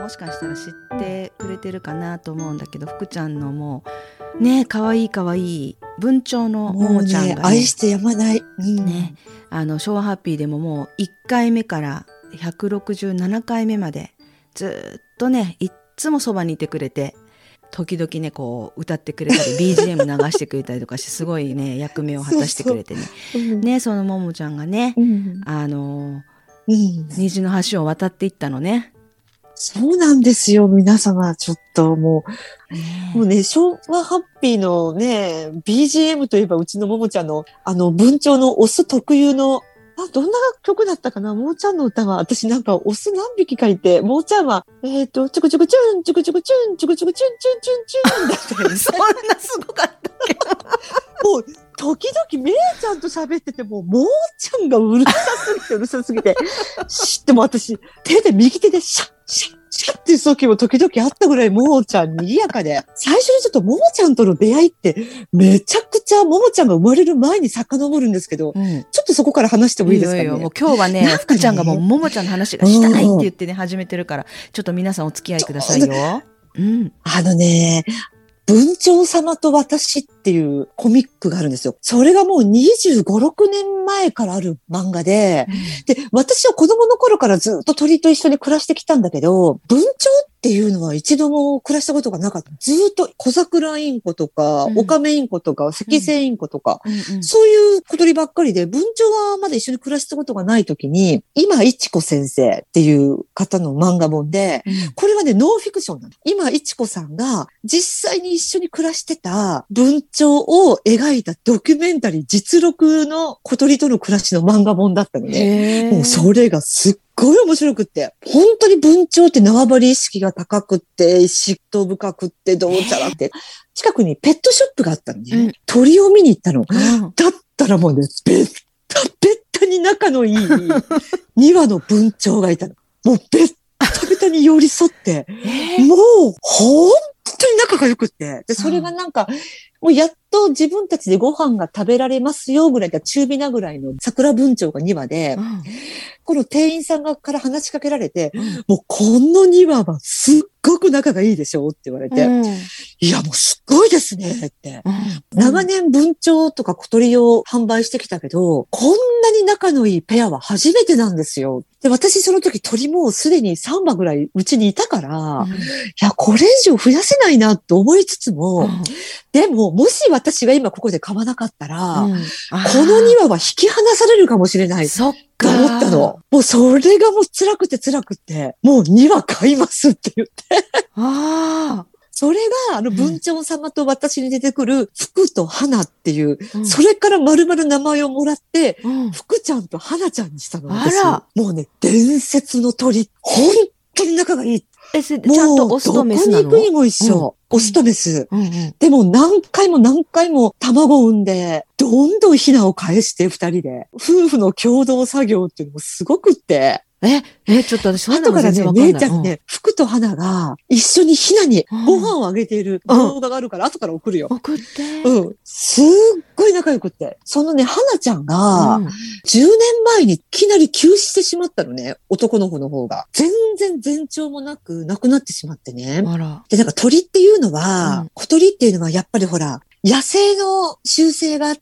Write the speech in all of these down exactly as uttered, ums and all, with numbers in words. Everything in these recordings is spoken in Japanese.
もしかしたら知ってくれてるかなと思うんだけど、福ちゃんのもうね、かわいいかわいい文鳥のももちゃんが、ね、 もうね、愛してやまない、 うんね、あの昭和ハッピーでももういっかいめからひゃくろくじゅうななかいめまでずっとね、いっつもそばにいてくれて、時々ねこう歌ってくれたり ビージーエム 流してくれたりとかして、すごいね役目を果たしてくれてね。 そうそう、うん、 ね、そのももちゃんがね、うん、あの、うん、虹の橋を渡っていったのね。 そうなんですよ、皆様。ちょっともう、ね、もうね、昭和ハッピーのね、ビージーエム といえばうちのももちゃんの、あの、文鳥のオス特有の、あ、どんな曲だったかな、ももちゃんの歌は。私なんかオス何匹かいて、ももちゃんは、えっと、チュクチュクチュン、チュクチュクチュン、チュクチュクチュン、チュンチュンチュンだったよね。 そんなすごかったっけもう、時々めいちゃんと喋ってても、ももちゃんがうるさすぎて、うるさすぎて。知っても私、手で右手でシャッ、シャッ、シャッっていう時も時々あったぐらい、ももちゃん賑やかで。最初にちょっとももちゃんとの出会いって、めちゃくちゃももちゃんが生まれる前に遡るんですけど、うん、ちょっとそこから話してもいいですかね。いいよいいよ、 もう今日はね、福ちゃんがもうももちゃんの話がしたいって言ってね、始めてるから、ちょっと皆さんお付き合いくださいよ。うん、 あのね、文鳥様と私っていうコミックがあるんですよ。それがもうにじゅうご、ろくねんまえからある漫画で、うん、で、私は子供の頃からずっと鳥と一緒に暮らしてきたんだけど、文鳥っていうのは一度も暮らしたことがなかった。ずっと小桜インコとか、オカメインコとか、赤星インコとか、うんうん、そういう小鳥ばっかりで、文鳥はまだ一緒に暮らしたことがない時に、今一子先生っていう方の漫画本で、うん、これはね、ノンフィクションなの。今一子さんが実際に一緒に暮らしてた文鳥を描いたドキュメンタリー、実録の小鳥との暮らしの漫画本だったので、もうそれがすっすごい面白くって。本当に文鳥って縄張り意識が高くって、嫉妬深くって、どうちゃらって。近くにペットショップがあったのね。うん、鳥を見に行ったの。うん、だったらもうね、べったべったに仲のいいにわの文鳥がいたの。もうべったべたに寄り添って、もう本当に仲が良くって。で、それがなんか、もうやっと自分たちでご飯が食べられますよぐらいが中火なぐらいの桜文鳥がにわで、うん、この店員さんがから話しかけられて、うん、もうこのにわはすっごく仲がいいでしょって言われて、うん、いやもうすっごいですねって、うん、長年文鳥とか小鳥を販売してきたけど、こんなに仲のいいペアは初めてなんですよ。で、私その時鳥もすでにさんわぐらいうちにいたから、うん、いやこれ以上増やせないなと思いつつも、うん、でももし私が今ここで買わなかったら、うん、このにわは引き離されるかもしれないと思ったの。もうそれがもう辛くて辛くて、もうにわ買いますって言って。あそれが、あの、文鳥様と私に出てくる、福と花っていう、うん、それから丸々名前をもらって、うん、福ちゃんと花ちゃんにしたの。 あら。 もうね、伝説の鳥。本当に仲がいい。 え、ちゃんとオスとメスなの？ どこに行くにも一緒。うん、オスとメス、うんうん。でも何回も何回も卵を産んで、どんどんヒナを返して二人で。夫婦の共同作業っていうのもすごくって。 え、え、ちょっと私、 後からね、姉ちゃんにね、福と花が一緒にヒナにご飯をあげている動画があるから、後から送るよ。 送って。 うん。すっごい仲良くって。そのね、花ちゃんが、じゅうねんまえにいきなり急死してしまったのね、男の子の方が。全然前兆もなく亡くなってしまってね。あら。で、なんか鳥っていうのは、うん、小鳥っていうのはやっぱりほら、野生の習性があって、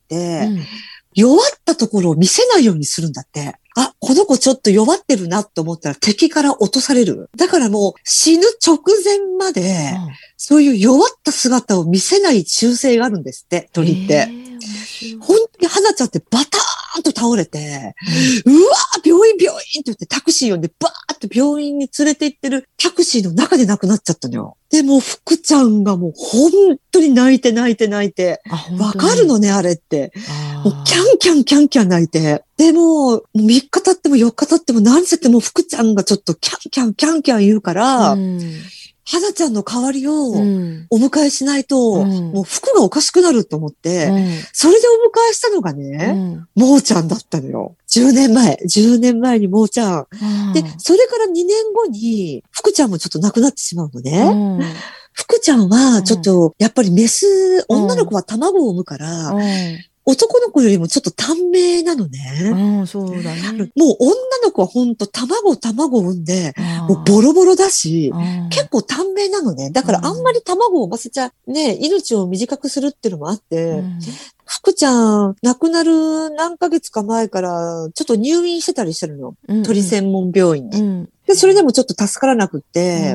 うん、弱ったところを見せないようにするんだって。あ、この子ちょっと弱ってるなと思ったら敵から落とされる。だからもう死ぬ直前まで、うん、そういう弱った姿を見せない習性があるんですって、鳥って。本当に花ちゃんってバターンと倒れて、うん、うわー病院病院って言ってタクシー呼んでバーって病院に連れて行ってるタクシーの中で亡くなっちゃったのよ。でも福ちゃんがもう本当に泣いて泣いて泣いて、わかるのね、あれって。もうキャンキャンキャンキャン泣いて。でも、みっか経ってもよっか経っても何せっても福ちゃんがちょっとキャンキャンキャンキャン言うから、うん花ちゃんの代わりをお迎えしないと、うん、もう服がおかしくなると思って、うん、それでお迎えしたのがね、うん、もーちゃんだったのよ。じゅうねんまえ、じゅうねんまえにもーちゃん。うん、で、それからにねんごに、福ちゃんもちょっと亡くなってしまうのね。うん、福ちゃんはちょっと、やっぱりメス、女の子は卵を産むから、うん男の子よりもちょっと短命なのね。 うん、そうだね。 もう女の子はほんと卵卵を産んで、 もうボロボロだし、 うん結構短命なのね。だからあんまり卵を産ませちゃね、命を短くするっていうのもあって、 うん、 福ちゃん亡くなる何ヶ月か前からちょっと入院してたりしてるの。 うん、 鳥専門病院に。 うん、 で、それでもちょっと助からなくって、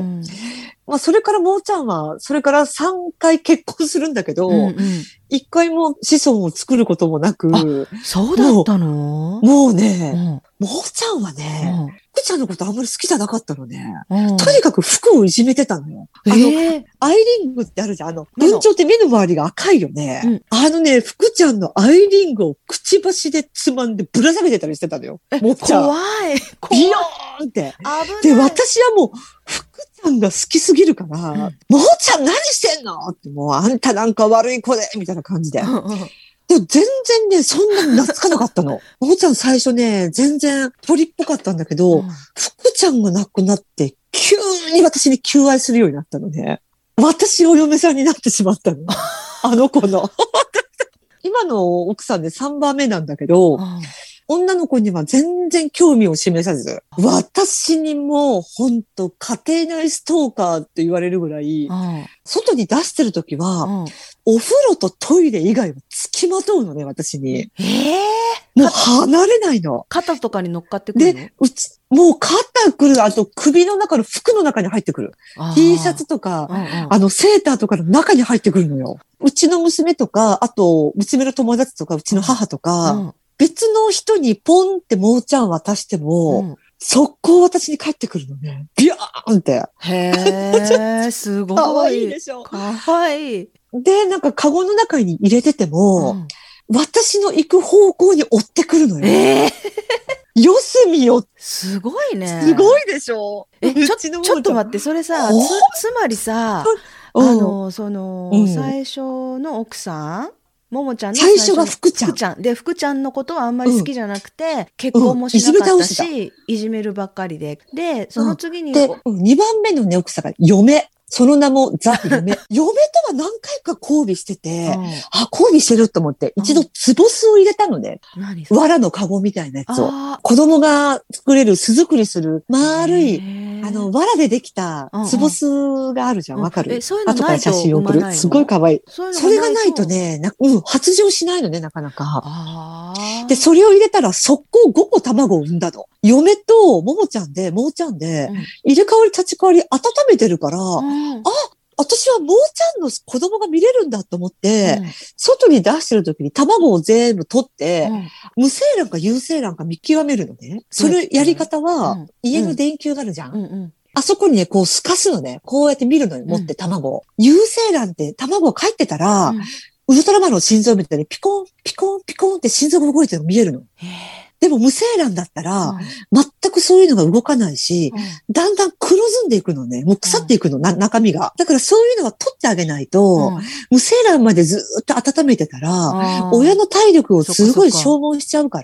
うん、 まあそれからもうちゃんは、それからさんかい結婚するんだけど、 うんうん、 いっかいも子孫を作ることもなく、 そうだったの？ もうね、 うん、 もうちゃんはね、 うん、 福ちゃんのことあんまり好きじゃなかったのね。 うん、 とにかく服をいじめてたのよ。あの、 えー、 アイリングってあるじゃん。あの、文鳥って目の周りが赤いよね。 うん、 あのね、福ちゃんのアイリングをくちばしでつまんでぶら下げてたりしてたのよ。もうちゃん。 怖い。怖い。 ビヨーンって。 危ない。 で、私はもう、福ちゃんが好きすぎるから、うん、もうちゃん何してんのって、もうあんたなんか悪い子でみたいな感じで。でも全然ね、そんなに懐かなかったの。ももちゃん最初ね、全然鳥っぽかったんだけど、うん、福ちゃんが亡くなって、急に私に求愛するようになったのね。私お嫁さんになってしまったの。あの子の。今の奥さんでさんばんめなんだけど、うん、女の子には全然興味を示さず、私にも本当家庭内ストーカーって言われるぐらい、うん、外に出してるときは、うん、お風呂とトイレ以外は付きまとうのね、私に。 えー、 もう離れないの。 肩とかに乗っかってくるの？ で、うち、もう肩くる、あと首の中の服の中に入ってくる。T シャツとか、うんうん、あのセーターとかの中に入ってくるのよ。うちの娘とか、あと、娘の友達とか、うちの母とか、うん、別の人にポンってもうちゃん渡しても、うん、速攻私に帰ってくるのね。ビャーンって。 へー、すごい。 かわいいでしょ。 かわいい。 で、なんかカゴの中に入れてても、うん、私の行く方向に追ってくるのよ。えー、四隅を。 すごいね。 すごいでしょ。 え、ちょ、ちょっと待って、それさ、つ、つまりさ、あの、その、うん、最初の奥さんももちゃんの最初が福ちゃん。 福ちゃん。で、福ちゃんのことはあんまり好きじゃなくて、うん、結婚もしなかったし、うん、い, じいじめるばっかりで。で、その次に。 うん、で、にばんめのね、奥さんが嫁。その名もザ・嫁。嫁とは何回か交尾してて、うん、あ、交尾してると思って、一度ツボスを入れたのね。 何？ 藁のカゴみたいなやつを。子供が作れる、巣作りする、丸い、あの、藁でできたツボスがあるじゃん。わ、うん、かる？ え、そういうのないと後から写真送る。すごい可愛い。そ, それがないとね、なうん、発情しないのね、なかなか。 あで、それを入れたら速攻ごこ卵を産んだの。嫁とももちゃんで、ももちゃんで、うん、入れ替わり立ち替わり温めてるから、うん、あ、私はもうちゃんの子供が見れるんだと思って、うん、外に出してる時に卵を全部取って、うん、無精卵か有精卵か見極めるのね。それやり方は、うん、家の電球があるじゃん。うんうん、あそこにね、こう透かすのね。こうやって見るのよ、持って卵を。有精卵って卵が帰ってたら、ウルトラマンの心臓みたいにピコン、ピコン、ピコンって心臓が動いてるの見えるの。でも無精卵だったら、うん、全くそういうのが動かないし、うん、だんだん黒ずんでいくのね。もう腐っていくの、うん、な、中身が。だからそういうのは取ってあげないと、うん、無精卵までずっと温めてたら、親の体力をすごい消耗しちゃうから、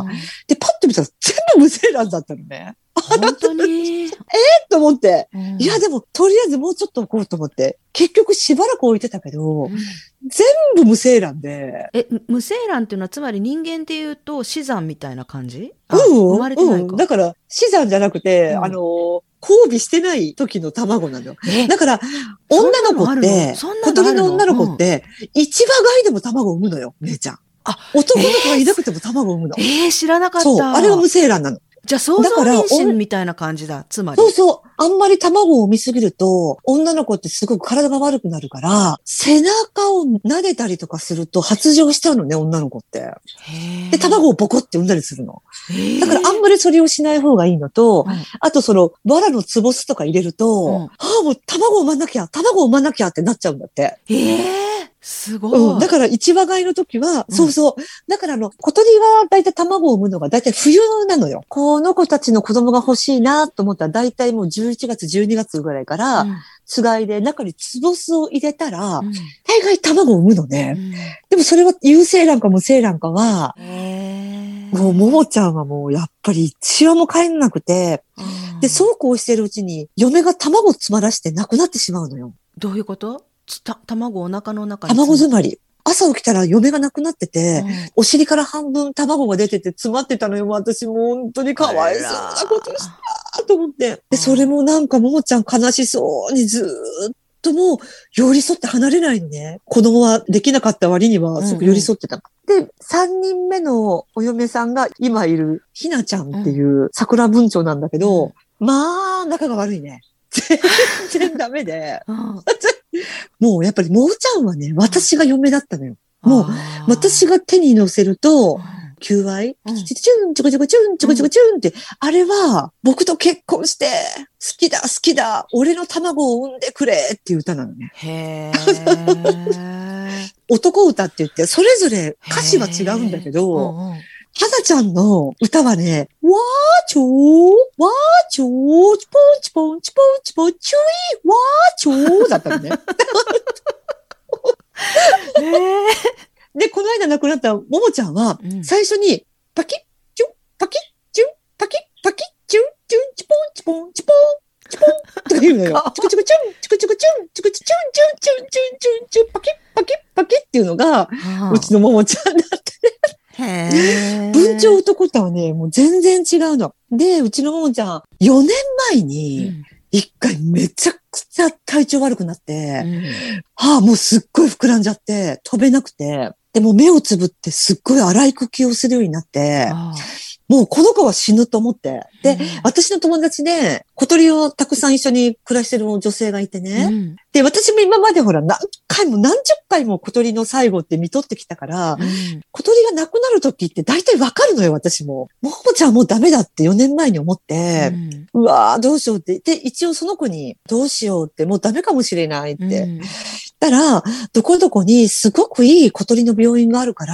で、パッと見たら全部無精卵だったのね。 本当にえー、と思って、うん。いや、でも、とりあえずもうちょっと置こうと思って。結局しばらく置いてたけど、うん、全部無精卵で。 え、無精卵っていうのはつまり人間っていうと死産みたいな感じ？ うん。 生まれてないか。 うん、だから、死産じゃなくて、うん、あの、交尾してない時の卵なのよ。だから、女の子って、小鳥の女の子って、一羽飼いでも卵を産むのよ、姉ちゃん。あ、男の子がいなくても卵を産むの。 えー、えー、知らなかった。 そう、あれが無精卵なの。 じゃあ、想像妊娠みたいな感じだ、つまり。 そうそう。あんまり卵を産みすぎると、女の子ってすごく体が悪くなるから、背中を撫でたりとかすると発情しちゃうのね、女の子って。で、卵をボコって産んだりするの。だからあんまりそれをしない方がいいのと、うん、あとその、藁のつぼすとか入れると、うん、ああ、もう卵を産まなきゃ、卵を産まなきゃってなっちゃうんだって。 へー。すごい。うん。 だから一羽飼いの時は、うん、そうそう。だからあの、小鳥がだいたい卵を産むのがだいたい冬なのよ。この子たちの子供が欲しいなと思ったらだいたいもうじゅういちがつ、じゅうにがつぐらいから、うん、つがいで中につぼすを入れたら、うん、大概卵を産むのね。うん、でもそれは有精卵か無精卵かは、もうももちゃんはもうやっぱり一羽も帰んなくて、で、そうこうしてるうちに嫁が卵を詰まらして亡くなってしまうのよ。 どういうこと？た卵お腹の中に卵詰まり。朝起きたら嫁が亡くなってて、うん、お尻から半分卵が出てて詰まってたのよ。私もう本当にかわいそうなことしたーと思って。で、それもなんかももちゃん悲しそうにずーっともう寄り添って離れないのね。子供はできなかった割にはすごく寄り添ってた。うんうん、で、三人目のお嫁さんが今いるひなちゃんっていう桜文鳥なんだけど、うん、まあ、仲が悪いね。全然ダメで。もうやっぱりももちゃんはね、私が嫁だったのよ。もう、私が手に乗せると、求愛、うん、チュン、チョコチョコチュン、チョコチョコチュンって、うん、あれは、僕と結婚して、好きだ、好きだ、俺の卵を産んでくれっていう歌なのね。 へー。 男歌って言って、それぞれ歌詞は違うんだけど、はなちゃんの歌はね、わーちょー、わーちょー、チポンチポン、チポンチポン、チュイ、わーちょーだったのね。 へー。 で、この間亡くなったももちゃんは、最初に、パキッ、チュン、パキッ、チュン、パキッ、パキッ、チュン、チュン、チポン、チポン、チポン、チポン、とか言うのよ。チクチクチュン、チクチクチュン、チクチクチュン、チュン、チュン、チュン、チュン、チュン、パキッ、パキッ、パキッっていうのが、うちのももちゃんだって。へー。文鳥男とはね、もう全然違うの。で、うちのももちゃん、よねんまえに、一回めちゃくちゃ体調悪くなって、うん、はあ、もうすっごい膨らんじゃって、飛べなくて、でも目をつぶってすっごい荒い呼吸をするようになって、もうこの子は死ぬと思って。で、うん、私の友達で小鳥をたくさん一緒に暮らしてる女性がいてね。うん、で、私も今までほら何回も何十回も小鳥の最後って見とってきたから、うん、小鳥が亡くなる時って大体わかるのよ、私も。ももちゃんもうダメだってよねんまえに思って、うん、うわーどうしようって。で、一応その子にどうしようってもうダメかもしれないって。うん、たら、どこどこにすごくいい小鳥の病院があるから、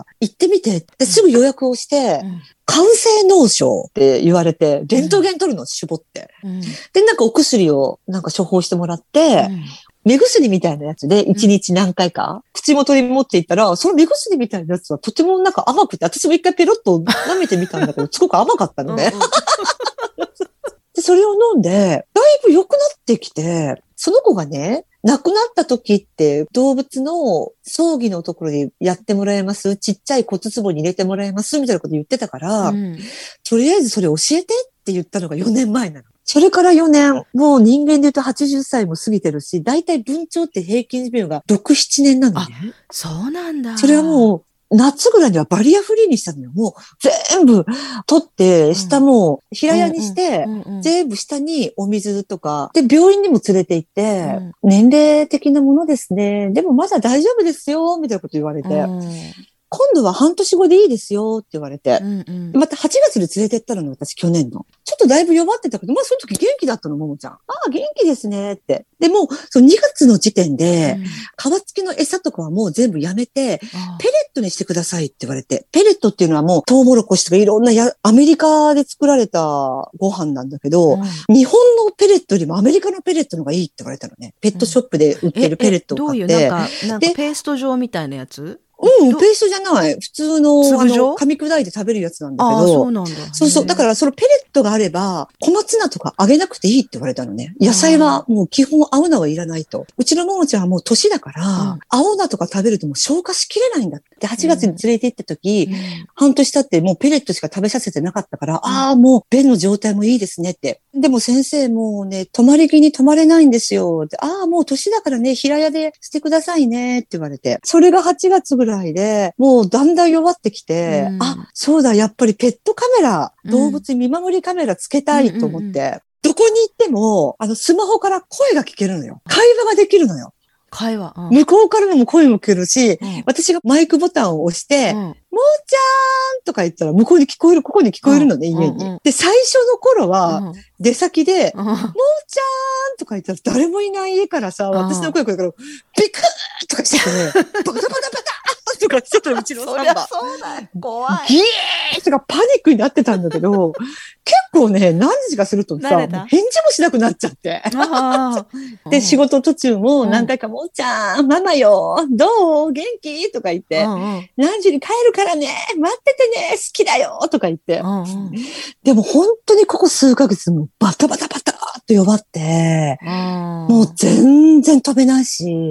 行ってみて。で、すぐ予約をして、うん、肝性脳症って言われて、レントゲン取るの、絞って、うん。で、なんかお薬をなんか処方してもらって、うん、目薬みたいなやつでいちにち何回か、口元に持っていったら、その目薬みたいなやつはとてもなんか甘くて、私も一回ペロッと舐めてみたんだけど、すごく甘かったのね。うんうんで、それを飲んで、だいぶ良くなってきて、その子がね、亡くなった時って動物の葬儀のところでやってもらえますちっちゃい骨壺に入れてもらえますみたいなこと言ってたから、うん、とりあえずそれ教えてって言ったのがよねんまえなの。それからよねん、もう人間で言うとはちじゅっさいも過ぎてるし、だいたい文鳥って平均寿命がろく、ななねんなのね。 あ、そうなんだ。 それはもう、夏ぐらいにはバリアフリーにしたのよ。もう全部取って、下も平屋にして、全部下にお水とか、で、病院にも連れて行って、うん、年齢的なものですね。でもまだ大丈夫ですよ、みたいなこと言われて。うん、今度は半年後でいいですよって言われて。うんうん、またはちがつに連れて行ったのに私去年の。ちょっとだいぶ弱ってたけど、まあその時元気だったの、ももちゃん。ああ、元気ですねって。でも、そのにがつの時点で、うん、皮付きの餌とかはもう全部やめて、ペレットにしてくださいって言われて。ペレットっていうのはもうトウモロコシとかいろんなやアメリカで作られたご飯なんだけど、うん、日本のペレットよりもアメリカのペレットの方がいいって言われたのね。ペットショップで売ってるペレットを買って。 うん、どういうなんか、なんかペースト状みたいなやつ？ うん、ペーストじゃない。普通の、あの、噛み砕いて食べるやつなんだけど。 あ、そうなんだ。 そうそう。だから、そのペレットがあれば、小松菜とかあげなくていいって言われたのね。野菜はもう基本青菜はいらないと。うちのももちゃんはもう年だから、うん、青菜とか食べるともう消化しきれないんだって。はちがつに連れて行った時、うん、半年経ってもうペレットしか食べさせてなかったから、うん、ああ、もう便の状態もいいですねって。でも先生もうね、泊まり木に泊まれないんですよ。ってああ、もう年だからね、平屋でしてくださいねって言われて。それがはちがつぐらいで、もうだんだん弱ってきて、うん、あ、そうだ、やっぱりペットカメラ、動物見守りカメラつけたいと思って、うんうんうん、どこに行っても、あの、スマホから声が聞けるのよ。会話ができるのよ。 会話、うん、 向こうからも声も聞けるし、うん、私がマイクボタンを押して、うん、もうちゃんとか言ったら向こうに聞こえる、ここに聞こえるのね、うん、家に、うんうん。で、最初の頃は、出先で、うん、もうちゃんとか言ったら誰もいない家からさ、私の声が来るから、ビクーとかしててね、バタバタバタとかちょっとうちのサンバ。 そうだ、怖い。 ギーとかパニックになってたんだけど、結構ね、何時かするとさ、返事もしなくなっちゃって。で、仕事途中も何回か、もうちゃん、ママよ、どう元気とか言って、うんうん、何時に帰るからね、待っててね、好きだよとか言って。うんうん、でも本当にここ数ヶ月もバタバタバタっと弱って、うん、もう全然飛べないし、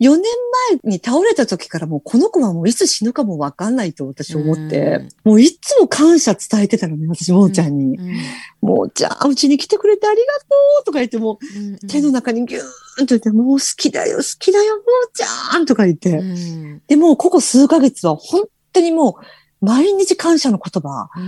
よねんまえに倒れた時からもうこの子はもういつ死ぬかもわかんないと私思って、うん、もういつも感謝伝えてたのね、私、もーちゃんに。うんうん、もーちゃん、うちに来てくれてありがとうとか言っても、うんうん、手の中にギューンと言って、もう好きだよ、好きだよ、もーちゃんとか言って。うん、で、もうここ数ヶ月は本当にもう、毎日感謝の言葉。うん、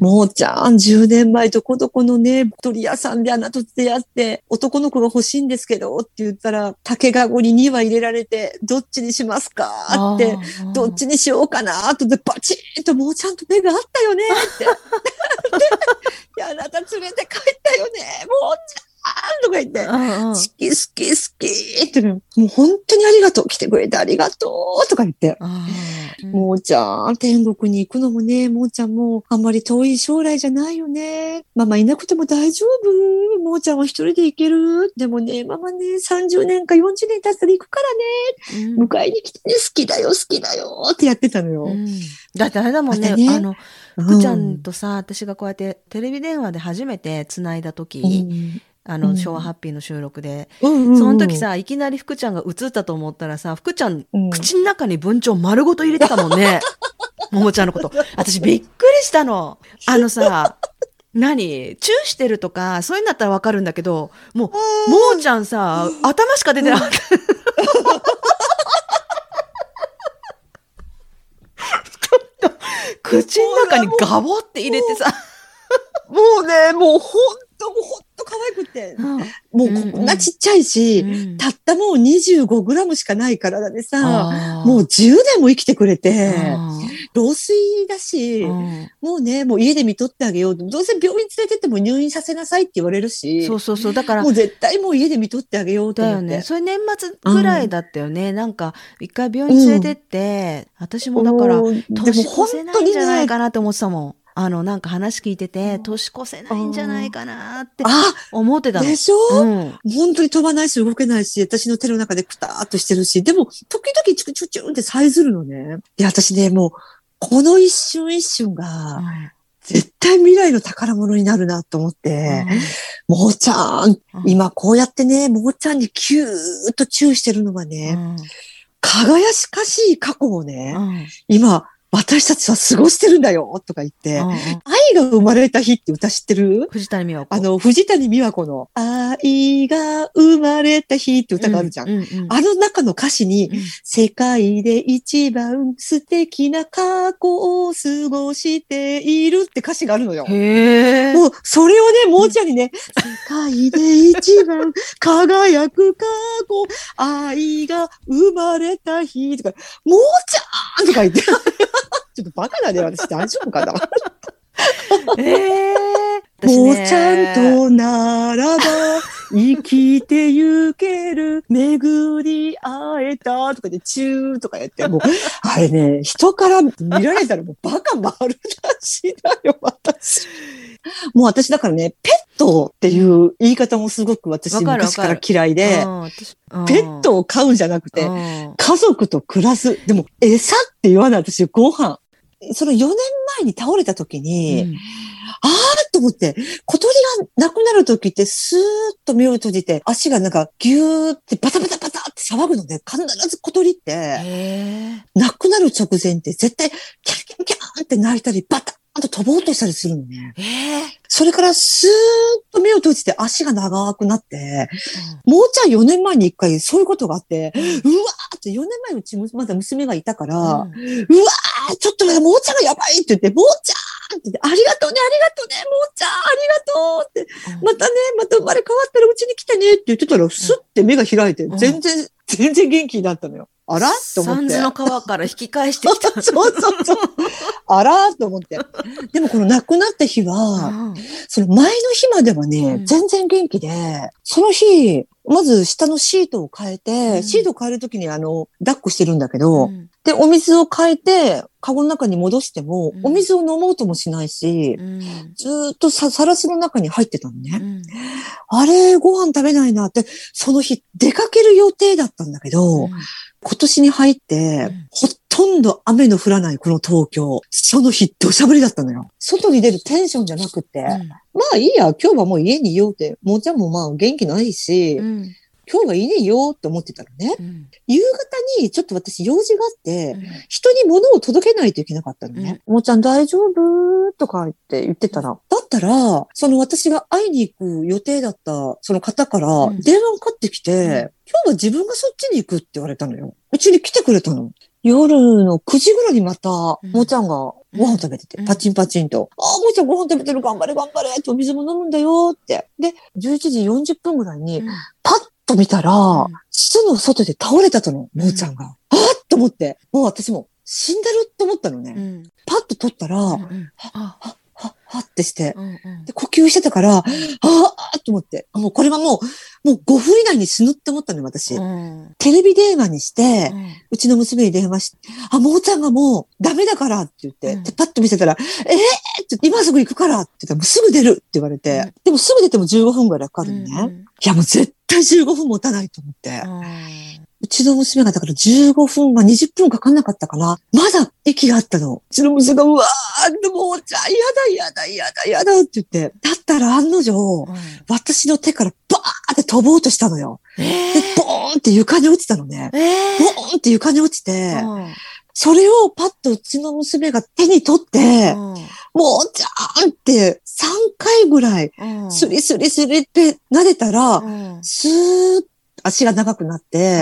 もーちゃん、じゅうねんまえどこどこのね、鳥屋さんであなたと出会って、男の子が欲しいんですけど、って言ったら、竹かごににわ入れられて、どっちにしますかって、どっちにしようかなとで、バチーンともーちゃんと目があったよねって。で、あなた連れて帰ったよね、もーちゃんとか言って、好き好き好きって、もう本当にありがとう、来てくれてありがとうとか言って。もーちゃん、天国に行くのもね、もーちゃんもあんまり遠い将来じゃないよね。ママいなくても大丈夫。もーちゃんは一人で行ける。でもね、ママね、さんじゅうねんかよんじゅうねん経ったら行くからね。うん、迎えに来てね、好きだよ、好きだよってやってたのよ。うん、 だってあれだもんね、ねあの、福ちゃんとさ、私がこうやってテレビ電話で初めて繋いだ時、うんあの、うん、昭和ハッピーの収録で、うんうんうん、その時さ、いきなり福ちゃんが映ったと思ったらさ、福ちゃん、うん、口の中に文鳥丸ごと入れてたもんね。ももちゃんのこと。私びっくりしたの。あのさ、何チューしてるとか、そういうんだったらわかるんだけど、もう、ももちゃんさ、頭しか出てなかった。口の中にガボって入れてさ。 もうね、もうほんと、もうほんと可愛くて、うん、もうこんなちっちゃいし、うん、たったもうにじゅうごグラムしかない体でさ、もうじゅうねんも生きてくれて、老衰だし、もうね、もう家で見とってあげよう。どうせ病院連れてっても入院させなさいって言われるし、 そうそうそう、だから、 もう絶対もう家で見とってあげようと思って。 だよね。それ年末ぐらいだったよね。うん、なんか、一回病院連れてって、うん、私もだから、年越せないんじゃないかなって思ってたもん。あの、なんか話聞いてて、年越せないんじゃないかなって思ってたの。 でしょ、うん、本当に飛ばないし動けないし、私の手の中でクターっとしてるし、でも、時々チュチュチュンってさえずるのね。で、私ね、もう、この一瞬一瞬が、絶対未来の宝物になるなと思って、うん、もーちゃん、うん、今こうやってね、もーちゃんにキューッとチューしてるのがね、うん、輝かしい過去をね、うん、今、私たちは過ごしてるんだよとか言って、うんうん、愛が生まれた日って歌知ってる？ 藤谷美和子。 あの、藤谷美和子の愛が生まれた日って歌があるじゃん。うんうんうん、あの中の歌詞に、うん、世界で一番素敵な過去を過ごしているって歌詞があるのよ。 へー。 もう、それをね、もーちゃんにね、うん、世界で一番輝く過去、愛が生まれた日とか、もーちゃんとか言って。ちょっとバカだね、私大丈夫かなえー、 もーちゃんとならば生きてゆける巡り会えたとかでチューとかやって、もう、あれね、人から見られたらもうバカ丸出しだよ、私。もう私だからね、ペットっていう言い方もすごく私昔から嫌いで、ペットを飼うんじゃなくて、家族と暮らす。でも、餌って言わない私、ご飯。そのよねんまえに倒れた時に、うん、あーと思って、小鳥が亡くなる時ってスーッと目を閉じて、足がなんかギューってバタバタバタって騒ぐので、必ず小鳥って、亡くなる直前って絶対キャンキャンキャンって鳴いたり、バタあと飛ぼうとしたりするのね。 えー、 それからスーッと目を閉じて足が長くなって、うん、もうちゃんよねんまえに一回そういうことがあって、うん、うわーってよねんまえうちまだ娘がいたから、うん、うわーちょっとね、もうちゃんがやばいって言って、もうちゃんって言って、ありがとうね、ありがとうね、もうちゃん、ありがとうって、うん、またね、また生まれ変わったらうちに来てねって言ってたら、スッて目が開いて、全然、全然元気になったのよ。あらと思って。 三途の川から引き返してきた。 そうそうそう。あらと思って。でもこの亡くなった日は、うん、その前の日まではね、うん、全然元気で、その日、まず下のシートを変えて、うん、シートを変えるときにあの、抱っこしてるんだけど、うん、で、お水を変えて、カゴの中に戻しても、うん、お水を飲もうともしないし、うん、ずーっとさ、サラスの中に入ってたのね。うん、あれ、ご飯食べないなって、その日出かける予定だったんだけど、うん今年に入って、うん、ほとんど雨の降らないこの東京。その日土砂降りだったのよ。外に出るテンションじゃなくて、うん、まあいいや、今日はもう家にいようって、もうちゃんもまあ元気ないし、うん、 今日はいいねよって思ってたのね。 うん、 夕方にちょっと私用事があって、 うん、 人に物を届けないといけなかったのね。 うん、 もーちゃん大丈夫とか言って言ってたら。だったら、その私が会いに行く予定だったその方から電話がかかってきて、うん、今日は自分がそっちに行くって言われたのよ。うちに来てくれたの。夜のくじぐらいにまた、もーちゃんがご飯食べてて、うん、パチンパチンと。ああ、もーちゃんご飯食べてる、頑張れ頑張れってお水も飲むんだよって。で、じゅういちじよんじゅっぷんぐらいに、パッと見たら、うん、巣の外で倒れたとの、もーちゃんが。うん、あっと思って、もう私も死んでるって思ったのね。うん、パッと取ったら、うんうん、はっ、はっ、はっ、はってして、うんうん、で、呼吸してたから、ああと思って、もうこれはもう、もうごふん以内に死ぬって思ったのよ、私。うん、テレビ電話にして、うん、うちの娘に電話して、あ、もーちゃんがもうダメだからって言って、うん、でパッと見せたら、ええー、って今すぐ行くからって言ったら、もうすぐ出るって言われて、うん、でもすぐ出てもじゅうごふんぐらいかかるのね。うんうん、いや、もう絶対じゅうごふん持たないと思って。うん、うちの娘がだからじゅうごふん、まあにじゅっぷんかかんなかったかな。まだ息があったの。うちの娘が、うわー、でも、じゃあ、やだ、やだ、やだ、やだって言って。だったら案の定、うん、私の手からバーって飛ぼうとしたのよ。えー、で、ボーンって床に落ちたのね。えー、ボーンって床に落ちて、うん、それをパッとうちの娘が手に取って、うん、もう、じゃーんってさんかいぐらい、スリスリスリって撫でたら、うん、スーッ足が長くなって、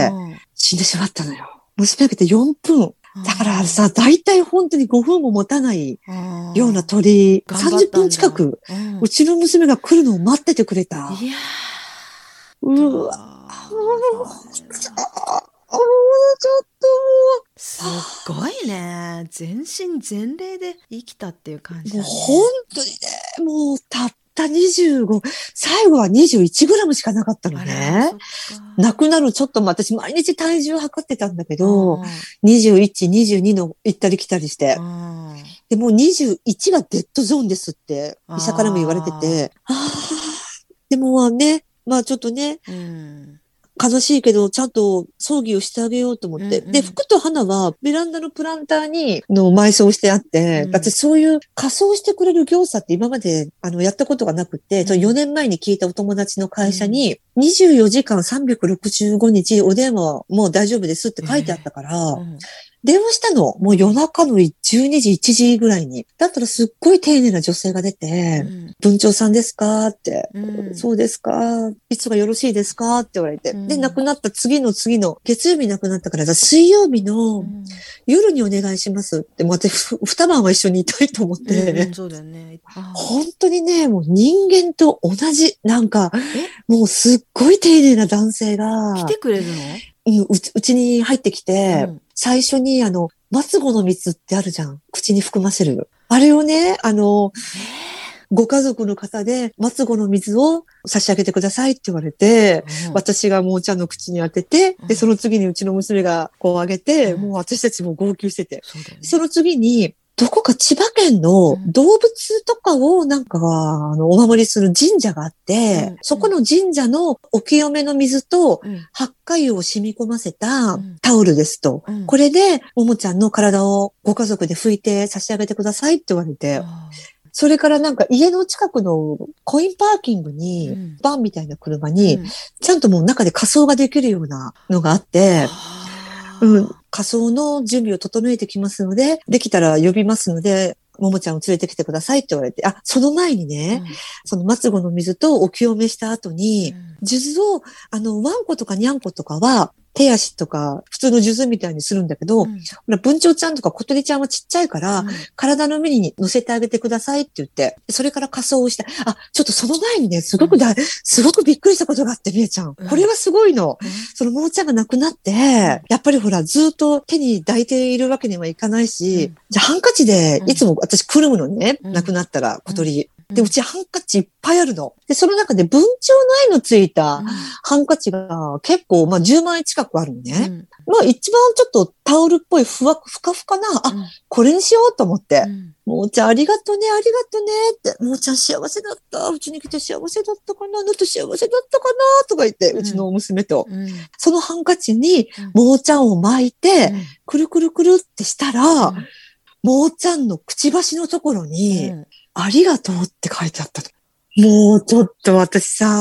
うん、死んでしまったのよ。娘がけてよんぷん。だからさ、だいたい本当にごふんも持たないような鳥、さんじゅっぷん近く、うん、うちの娘が来るのを待っててくれた。いやー。うわ。ちょっと。 すっごいね。全身全霊で生きたっていう感じだね。 もう本当にね、もうたったにじゅうご、最後はにじゅういちグラムしかなかったのね。亡くなるちょっとも私毎日体重測ってたんだけど、にじゅういち、にじゅうにの行ったり来たりして。で、もうにじゅういちがデッドゾーンですって医者からも言われてて、ああ、でもね、まあちょっとね、うん、悲しいけど、ちゃんと葬儀をしてあげようと思って。うんうん、で、服と花はベランダのプランターにの埋葬してあって、うん、私そういう仮装してくれる業者って今まであのやったことがなくて、うん、よねんまえに聞いたお友達の会社に、にじゅうよじかんさんびゃくろくじゅうごにちお電話もう大丈夫ですって書いてあったから、えーうん電話したの。もう夜中のじゅうにじ、いちじぐらいに。だったらすっごい丁寧な女性が出て、うん、文鳥さんですかって、うん、そうですかいつがよろしいですかって言われて、うん。で、亡くなった次の次の、月曜日亡くなったから、水曜日の夜にお願いしますって、もう私、二晩は一緒にいたいと思って。 うんうん、そうだよね。 本当にね、もう人間と同じ、なんか、もうすっごい丁寧な男性が。 来てくれるの？ うち、うちに入ってきて、うん、最初にあの、松子の蜜ってあるじゃん。口に含ませる。あれをね、あの、ご家族の方で松子の水を差し上げてくださいって言われて、うん、私がもうちゃんの口に当てて、うん、で、その次にうちの娘がこうあげて、うん、もう私たちも号泣してて。そ、ね、その次に、どこか千葉県の動物とかをなんか、あの、お守りする神社があって、うん、そこの神社のお清めの水と、八花油を染み込ませたタオルですと。うん、これで、ももちゃんの体をご家族で拭いて差し上げてくださいって言われて、うん、それからなんか家の近くのコインパーキングに、うん、バンみたいな車に、ちゃんともう中で仮装ができるようなのがあって、うん、仮装の準備を整えてきますので、できたら呼びますので、ももちゃんを連れてきてくださいって言われて、あ、その前にね、うん、その松子の水とお清めした後に、うん、数珠を、あの、ワンコとかニャンコとかは、手足とか、普通の数珠みたいにするんだけど、うん、ほら文鳥ちゃんとか小鳥ちゃんはちっちゃいから、うん、体の上に乗せてあげてくださいって言って、それから仮装をして、あ、ちょっとその前にね、すごくだ、うん、すごくびっくりしたことがあって、みえちゃん。これはすごいの。うん、そのももちゃんが亡くなって、やっぱりほら、ずっと手に抱いているわけにはいかないし、うん、じゃあハンカチで、いつも私くるむのにね、うん、亡くなったら小鳥。で、うちハンカチいっぱいあるの。で、その中で文鳥の絵のついたハンカチが結構、まあじゅうまんえん近くあるのね。うん、まあ一番ちょっとタオルっぽいふわ、ふかふかな、あ、うん、これにしようと思って。うん、もーちゃんありがとね、ありがとねって。もーちゃん幸せだった。うちに来て幸せだったかな、あのと幸せだったかなとか言って、うちの娘と。うん、そのハンカチにもーちゃんを巻いて、うん、くるくるくるってしたら、うん、もーちゃんのくちばしのところに、うんありがとうって書いてあったの。もうちょっと私さ、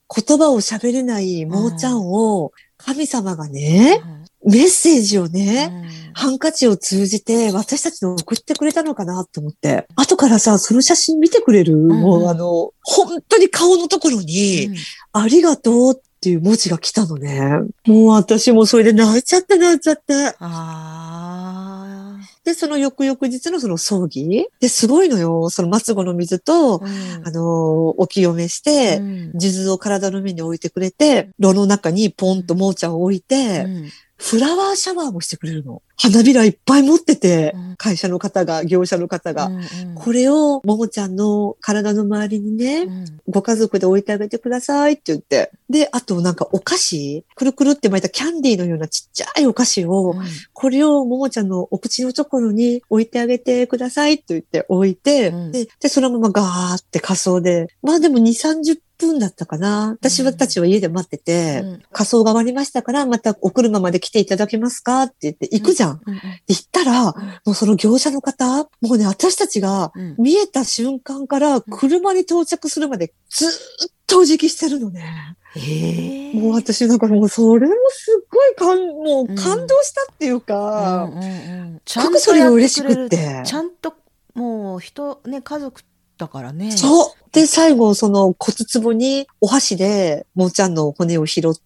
言葉を喋れないもーちゃんを神様がね、メッセージをね、うん、ハンカチを通じて私たちに送ってくれたのかなと思って。後からさ、その写真見てくれる、うん、もうあの、本当に顔のところに、うん、ありがとうっていう文字が来たのね。もう私もそれで泣いちゃって泣いちゃって。あで、その翌々日のその葬儀で、すごいのよ。その末子の水と、うん、あの、お清めして、うん、数珠を体の上に置いてくれて、炉の中にポンともーちゃんを置いて、うんフラワーシャワーもしてくれるの。花びらいっぱい持ってて、うん、会社の方が、業者の方が。うんうん、これを、ももちゃんの体の周りにね、うん、ご家族で置いてあげてくださいって言って。で、あとなんかお菓子、くるくるって巻いたキャンディーのようなちっちゃいお菓子を、うん、これをももちゃんのお口のところに置いてあげてくださいって言って置いて、うん、で、で、そのままガーって仮装で、まあでもに、さんじゅっぷんだったかな。私たちは家で待ってて、うん、仮装が終わりましたから、またお車まで来ていただけますかって言って行くじゃん。うんうん、で行ったら、もうその業者の方、もうね、私たちが見えた瞬間から車に到着するまでずーっとお辞儀してるのね。へもう私なんかもうそれもすっごい感、もう感動したっていうか、うんうんうんうん、ちゃんとそれが嬉しくって。 ちゃんともう人ね、家族だからね。 そう。で、最後、その骨壺にお箸で、もーちゃんの骨を拾って、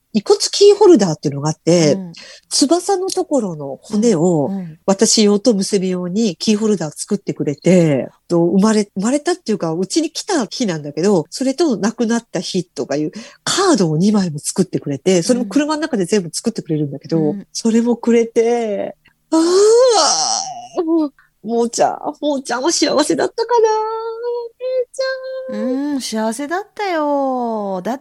遺骨キーホルダーっていうのがあって、うん、翼のところの骨を、私用と娘用にキーホルダー作ってくれて、と生まれ、生まれたっていうか、うちに来た日なんだけど、それと亡くなった日とかいうカードをにまいも作ってくれて、それも車の中で全部作ってくれるんだけど、うん、それもくれて、ああ、もう、もーちゃん、もーちゃんは幸せだったかなうん、幸せだったよ。だって、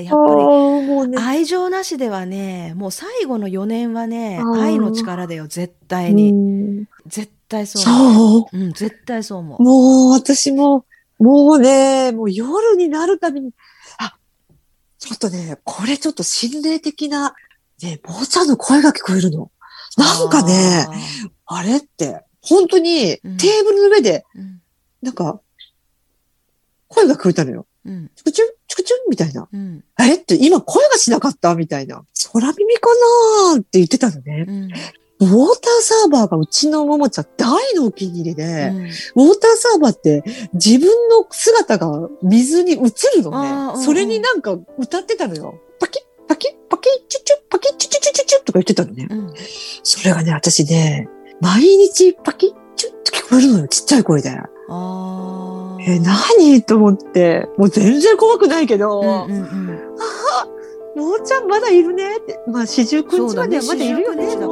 やっぱり、愛情なしではね、もう最後のよねんはね、愛の力だよ、絶対に。絶対そう思う。そううん、絶対そう思う。 もう、私も、もうね、もう夜になるたびに、あ、ちょっとね、これちょっと心霊的な、ね、もーちゃんの声が聞こえるの。なんかね、あ, あれって、本当にテーブルの上で、うん、なんか、声が聞こえたのよ。うん。チクチュン、チクチュンみたいな。うん。あれって今声がしなかったみたいな。空耳かなーって言ってたのね。うん。ウォーターサーバーがうちのももちゃん大のお気に入りで、うん、ウォーターサーバーって自分の姿が水に映るのね。それになんか歌ってたのよ。パキッ、パキッ、パキッ、チュチュッ、パキッ、チュチュチュチュチュとか言ってたのね。うん、それがね、私ね、毎日パキッ、チュッと聞こえるのよ。ちっちゃい声で。あえ、何と思って。もう全然怖くないけど。うんうんうん、ああ、もーちゃんまだいるねって。まあ、四十九日まではまだいるよね。